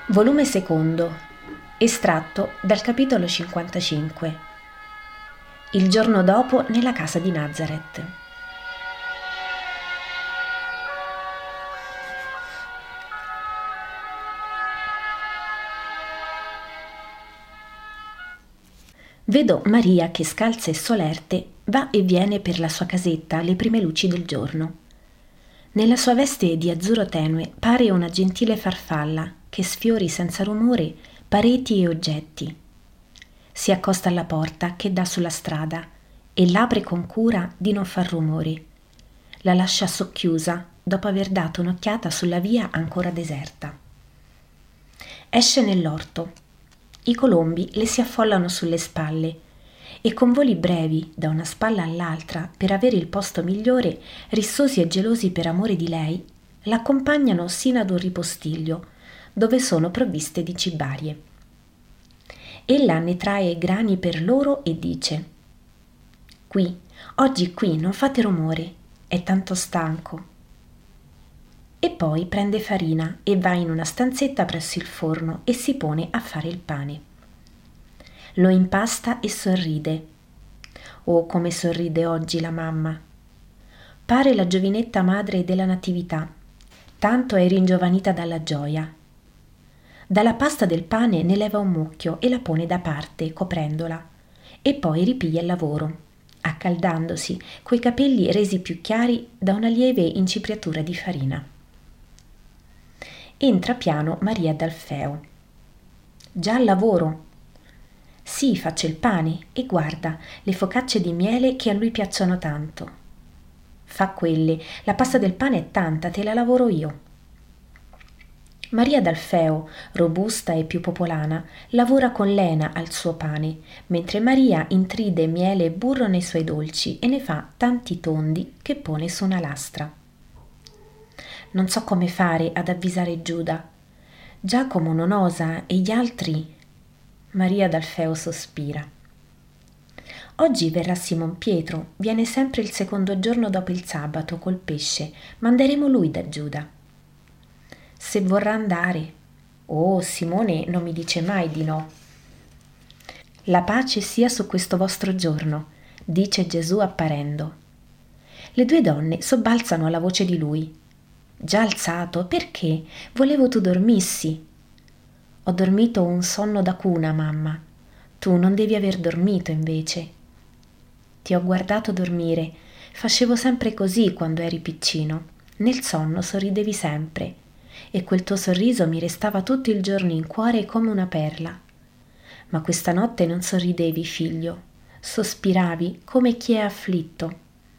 Volume secondo, estratto dal capitolo 55. Il giorno dopo nella casa di Nazareth. Vedo Maria che scalza e solerte va e viene per la sua casetta alle prime luci del giorno. Nella sua veste di azzurro tenue pare una gentile farfalla che sfiori senza rumore pareti e oggetti. Si accosta alla porta che dà sulla strada e l'apre con cura di non far rumore. La lascia socchiusa dopo aver dato un'occhiata sulla via ancora deserta. Esce nell'orto. I colombi le si affollano sulle spalle e con voli brevi da una spalla all'altra per avere il posto migliore, rissosi e gelosi per amore di lei, l'accompagnano sino ad un ripostiglio dove sono provviste di cibarie. Ella ne trae grani per loro e dice: oggi qui, non fate rumore, è tanto stanco. E poi prende farina e va in una stanzetta presso il forno e si pone a fare il pane. Lo impasta e sorride. Oh, come sorride oggi la mamma! Pare la giovinetta madre della Natività, tanto è ringiovanita dalla gioia. Dalla pasta del pane ne leva un mucchio e la pone da parte, coprendola, e poi ripiglia il lavoro, accaldandosi, coi capelli resi più chiari da una lieve incipriatura di farina. Entra piano Maria d'Alfeo. Già al lavoro? Sì, faccio il pane e guarda le focacce di miele che a lui piacciono tanto. Fa quelle, la pasta del pane è tanta, te la lavoro io. Maria d'Alfeo, robusta e più popolana, lavora con lena al suo pane, mentre Maria intride miele e burro nei suoi dolci e ne fa tanti tondi che pone su una lastra. Non so come fare ad avvisare Giuda. Giacomo non osa e gli altri. Maria d'Alfeo sospira. Oggi verrà Simon Pietro, viene sempre il secondo giorno dopo il sabato col pesce, manderemo lui da Giuda. Se vorrà andare. Oh, Simone non mi dice mai di no. La pace sia su questo vostro giorno, dice Gesù apparendo. Le due donne sobbalzano alla voce di lui. Già alzato, perché? Volevo tu dormissi. Ho dormito un sonno da cuna, mamma. Tu non devi aver dormito invece. Ti ho guardato dormire. Facevo sempre così quando eri piccino. Nel sonno sorridevi sempre e quel tuo sorriso mi restava tutto il giorno in cuore come una perla. Ma questa notte non sorridevi, figlio. Sospiravi come chi è afflitto.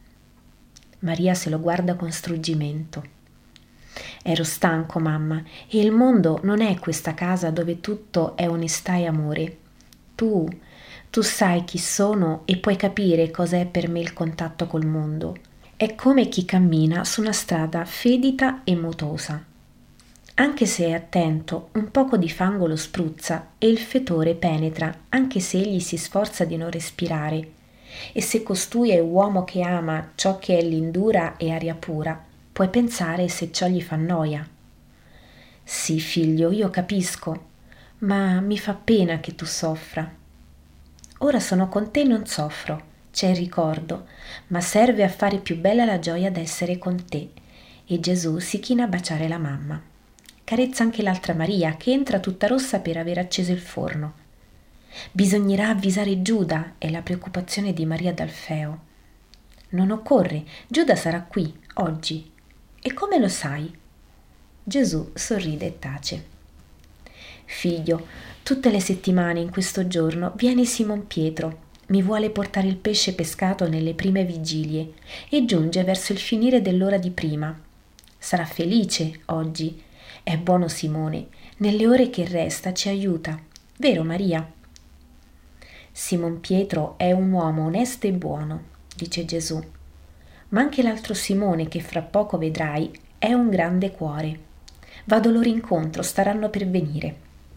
Maria se lo guarda con struggimento. Ero stanco, mamma, e il mondo non è questa casa dove tutto è onestà e amore. Tu sai chi sono e puoi capire cosa è per me il contatto col mondo. È come chi cammina su una strada fedida e motosa. Anche se è attento, un poco di fango lo spruzza e il fetore penetra, anche se egli si sforza di non respirare. E se costui è uomo che ama ciò che è lindura e aria pura, puoi pensare se ciò gli fa noia. Sì, figlio, io capisco, ma mi fa pena che tu soffra. Ora sono con te e non soffro, c'è il ricordo, ma serve a fare più bella la gioia d'essere con te. E Gesù si china a baciare la mamma. Carezza anche l'altra Maria, che entra tutta rossa per aver acceso il forno. Bisognerà avvisare Giuda, è la preoccupazione di Maria d'Alfeo. Non occorre, Giuda sarà qui, oggi. E come lo sai? Gesù sorride e tace. Figlio, tutte le settimane in questo giorno viene Simon Pietro, mi vuole portare il pesce pescato nelle prime vigilie e giunge verso il finire dell'ora di prima. Sarà felice oggi. È buono Simone, nelle ore che resta ci aiuta, vero Maria? Simon Pietro è un uomo onesto e buono, dice Gesù. Ma anche l'altro Simone, che fra poco vedrai, è un grande cuore. Vado loro incontro, staranno per venire.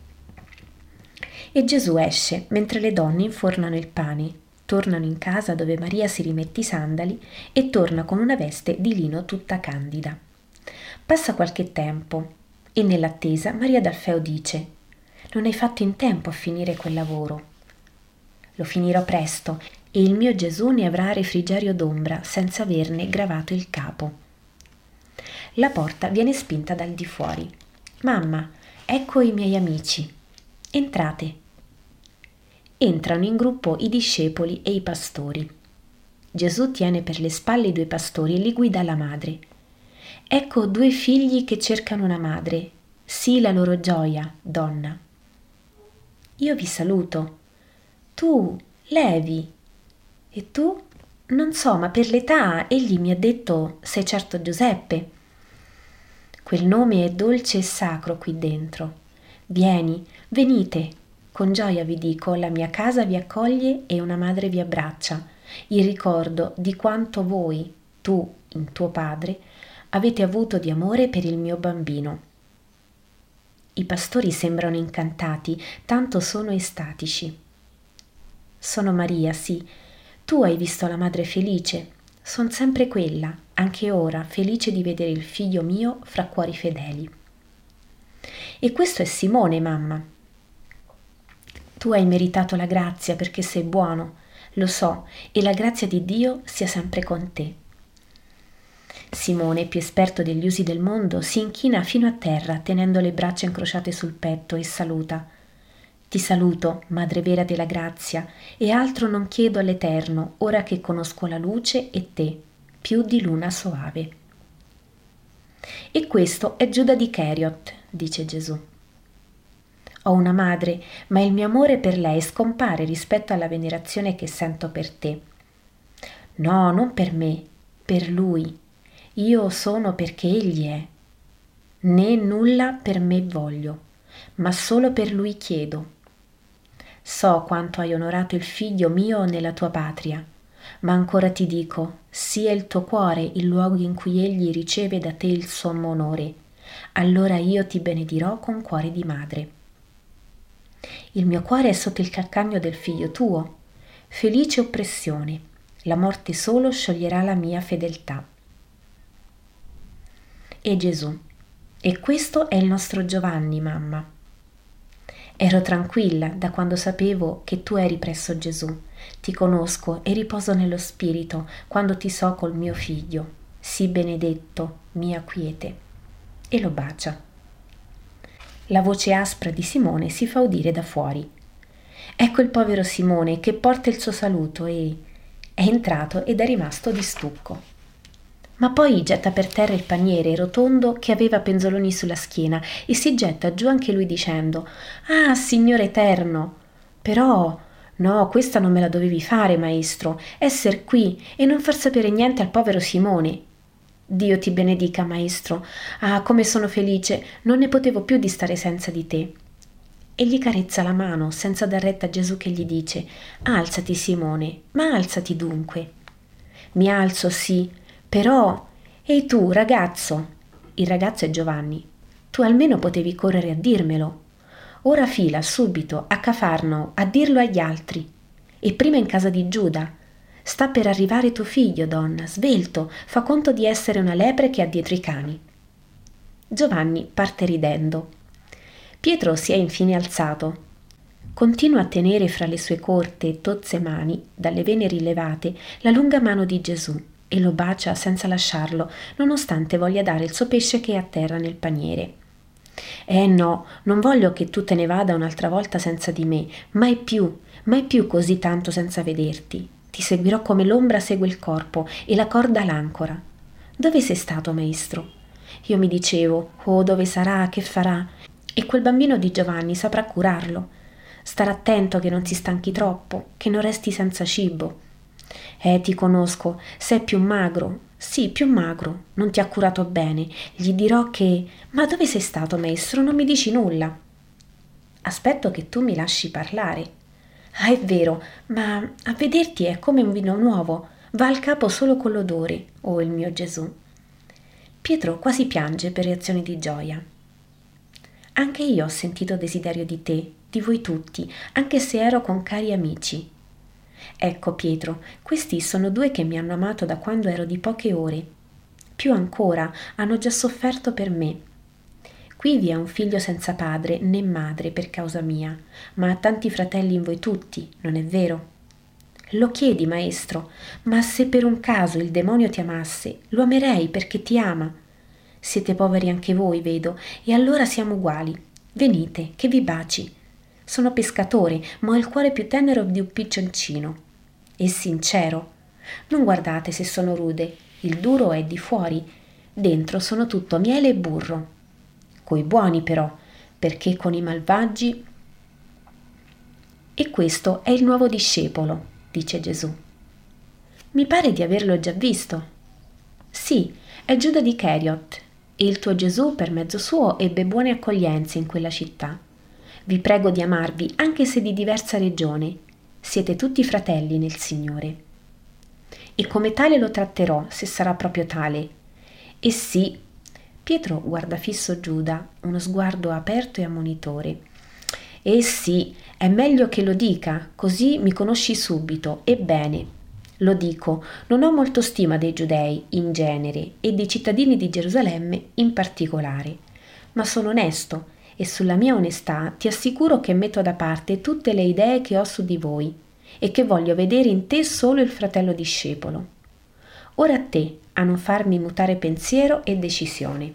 E Gesù esce mentre le donne infornano il pane, tornano in casa dove Maria si rimette i sandali e torna con una veste di lino tutta candida. Passa qualche tempo. E nell'attesa Maria d'Alfeo dice: «Non hai fatto in tempo a finire quel lavoro». «Lo finirò presto e il mio Gesù ne avrà refrigerio d'ombra senza averne gravato il capo». La porta viene spinta dal di fuori. «Mamma, ecco i miei amici. Entrate». Entrano in gruppo i discepoli e i pastori. Gesù tiene per le spalle i due pastori e li guida alla madre. «Ecco due figli che cercano una madre. Sii la loro gioia, donna». «Io vi saluto». «Tu, Levi». «E tu?» «Non so, ma per l'età egli mi ha detto: sei certo Giuseppe». «Quel nome è dolce e sacro qui dentro. Vieni, venite. Con gioia vi dico, la mia casa vi accoglie e una madre vi abbraccia, il ricordo di quanto voi, tu in tuo padre, avete avuto di amore per il mio bambino». I pastori sembrano incantati, tanto sono estatici. «Sono Maria, sì. Tu hai visto la madre felice. Son sempre quella, anche ora, felice di vedere il figlio mio fra cuori fedeli». «E questo è Simone, mamma». «Tu hai meritato la grazia perché sei buono, lo so, e la grazia di Dio sia sempre con te». Simone, più esperto degli usi del mondo, si inchina fino a terra, tenendo le braccia incrociate sul petto, e saluta: «Ti saluto, Madre vera della grazia, e altro non chiedo all'Eterno, ora che conosco la luce e te, più di luna soave». «E questo è Giuda di Cheriot», dice Gesù. «Ho una madre, ma il mio amore per lei scompare rispetto alla venerazione che sento per te». «No, non per me, per lui. Io sono perché egli è. Né nulla per me voglio, ma solo per lui chiedo. So quanto hai onorato il figlio mio nella tua patria, ma ancora ti dico, sia il tuo cuore il luogo in cui egli riceve da te il sommo onore, allora io ti benedirò con cuore di madre. Il mio cuore è sotto il calcagno del figlio tuo, felice oppressione, la morte solo scioglierà la mia fedeltà». E Gesù: «E questo è il nostro Giovanni, mamma». «Ero tranquilla da quando sapevo che tu eri presso Gesù. Ti conosco e riposo nello spirito quando ti so col mio figlio. Sii benedetto, mia quiete». E lo bacia. La voce aspra di Simone si fa udire da fuori. Ecco il povero Simone che porta il suo saluto e è entrato ed è rimasto di stucco. Ma poi getta per terra il paniere rotondo che aveva penzoloni sulla schiena e si getta giù anche lui dicendo: «Ah, Signore eterno! Però, no, questa non me la dovevi fare, maestro, esser qui e non far sapere niente al povero Simone». «Dio ti benedica, maestro. Ah, come sono felice, non ne potevo più di stare senza di te». E gli carezza la mano senza dar retta a Gesù che gli dice: «Alzati, Simone, ma alzati dunque». «Mi alzo, sì, però, ehi tu, ragazzo», il ragazzo è Giovanni, «tu almeno potevi correre a dirmelo. Ora fila subito a Cafarnao a dirlo agli altri. E prima in casa di Giuda. Sta per arrivare tuo figlio, donna, svelto, fa conto di essere una lepre che ha dietro i cani». Giovanni parte ridendo. Pietro si è infine alzato. Continua a tenere fra le sue corte e tozze mani, dalle vene rilevate, la lunga mano di Gesù e lo bacia senza lasciarlo, nonostante voglia dare il suo pesce che è a terra nel paniere. No, non voglio che tu te ne vada un'altra volta senza di me, mai più così tanto senza vederti. Ti seguirò come l'ombra segue il corpo e la corda l'ancora. Dove sei stato, maestro? Io mi dicevo, oh, dove sarà, che farà? E quel bambino di Giovanni saprà curarlo. Starà attento che non si stanchi troppo, che non resti senza cibo. Ti conosco, sei più magro. Sì, più magro, non ti ha curato bene. Gli dirò che... Ma dove sei stato, maestro? Non mi dici nulla. Aspetto che tu mi lasci parlare. Ah, è vero, ma a vederti è come un vino nuovo. Va al capo solo con l'odore, oh il mio Gesù. Pietro quasi piange per reazioni di gioia. Anche io ho sentito desiderio di te, di voi tutti, anche se ero con cari amici. Ecco, Pietro, questi sono due che mi hanno amato da quando ero di poche ore. Più ancora, hanno già sofferto per me. Qui vi è un figlio senza padre né madre per causa mia, ma ha tanti fratelli in voi tutti, non è vero? Lo chiedi, maestro, ma se per un caso il demonio ti amasse, lo amerei perché ti ama. Siete poveri anche voi, vedo, e allora siamo uguali. Venite, che vi baci. Sono pescatore, ma ho il cuore più tenero di un piccioncino. E sincero. Non guardate se sono rude, il duro è di fuori, dentro sono tutto miele e burro. Coi buoni però, perché con i malvagi... E questo è il nuovo discepolo, dice Gesù. Mi pare di averlo già visto. Sì, è Giuda di Cheriot, e il tuo Gesù per mezzo suo ebbe buone accoglienze in quella città. Vi prego di amarvi anche se di diversa regione. Siete tutti fratelli nel Signore. E come tale lo tratterò, se sarà proprio tale. E sì, Pietro guarda fisso Giuda, uno sguardo aperto e ammonitore. E sì, è meglio che lo dica, così mi conosci subito, e bene. Lo dico, non ho molto stima dei giudei in genere e dei cittadini di Gerusalemme in particolare, ma sono onesto e sulla mia onestà ti assicuro che metto da parte tutte le idee che ho su di voi e che voglio vedere in te solo il fratello discepolo. Ora a te a non farmi mutare pensiero e decisione.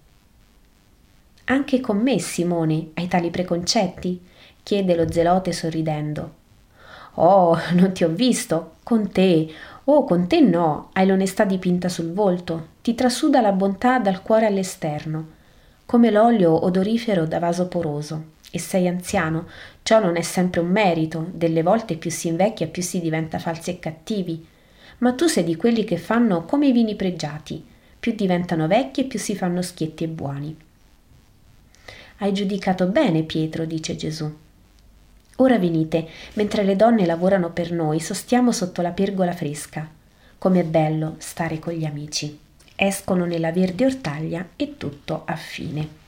Anche con me, Simone, hai tali preconcetti? Chiede lo zelote sorridendo. Oh, non ti ho visto. Con te. Oh, con te no. Hai l'onestà dipinta sul volto. Ti trasuda la bontà dal cuore all'esterno, come l'olio odorifero da vaso poroso. E sei anziano. Ciò non è sempre un merito. Delle volte più si invecchia più si diventa falsi e cattivi. Ma tu sei di quelli che fanno come i vini pregiati. Più diventano vecchi e più si fanno schietti e buoni. Hai giudicato bene, Pietro, dice Gesù. Ora venite, mentre le donne lavorano per noi, sostiamo sotto la pergola fresca. Com'è bello stare con gli amici. Escono nella verde ortaglia e tutto a fine.